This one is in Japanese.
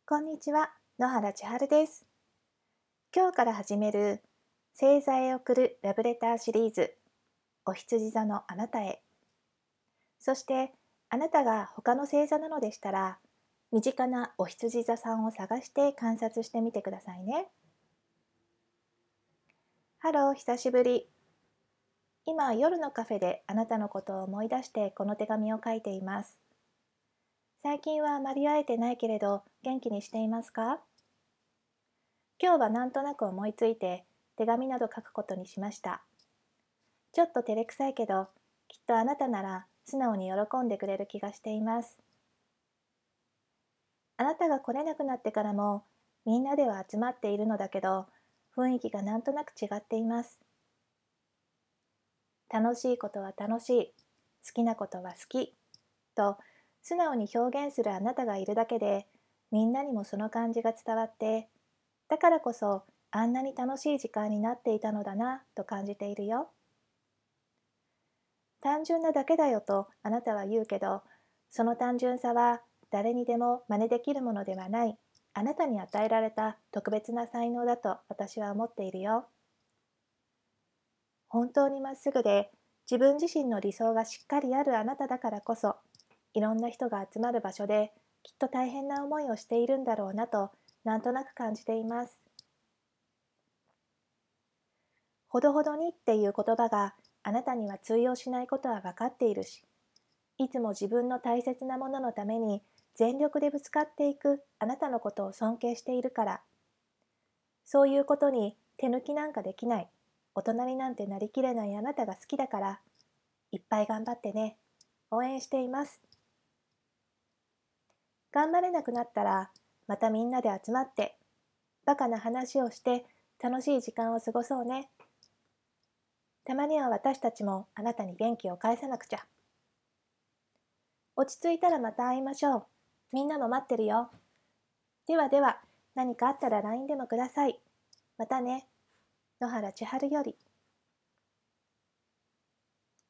こんにちは、野原千春です。今日から始める星座へ送るラブレターシリーズ、お羊座のあなたへ。そして、あなたが他の星座なのでしたら、身近なお羊座さんを探して観察してみてくださいね。ハロー、久しぶり。今、夜のカフェであなたのことを思い出してこの手紙を書いています。最近はあまり会えてないけれど、元気にしていますか？今日はなんとなく思いついて手紙など書くことにしました。ちょっと照れくさいけど、きっとあなたなら素直に喜んでくれる気がしています。あなたが来れなくなってからも、みんなでは集まっているのだけど、雰囲気がなんとなく違っています。楽しいことは楽しい、好きなことは好き、と素直に表現するあなたがいるだけで、みんなにもその感じが伝わって、だからこそあんなに楽しい時間になっていたのだなと感じているよ。単純なだけだよとあなたは言うけど、その単純さは誰にでも真似できるものではない、あなたに与えられた特別な才能だと私は思っているよ。本当にまっすぐで自分自身の理想がしっかりあるあなただからこそ、いろんな人が集まる場所できっと大変な思いをしているんだろうなと、なんとなく感じています。ほどほどにっていう言葉があなたには通用しないことは分かっているし、いつも自分の大切なもののために全力でぶつかっていくあなたのことを尊敬しているから、そういうことに手抜きなんかできない、大人になんてなりきれないあなたが好きだから、いっぱい頑張ってね。応援しています。頑張れなくなったら、またみんなで集まって、バカな話をして楽しい時間を過ごそうね。たまには私たちもあなたに元気を返さなくちゃ。落ち着いたらまた会いましょう。みんなも待ってるよ。ではでは、何かあったら LINE でもください。またね。野原千春より。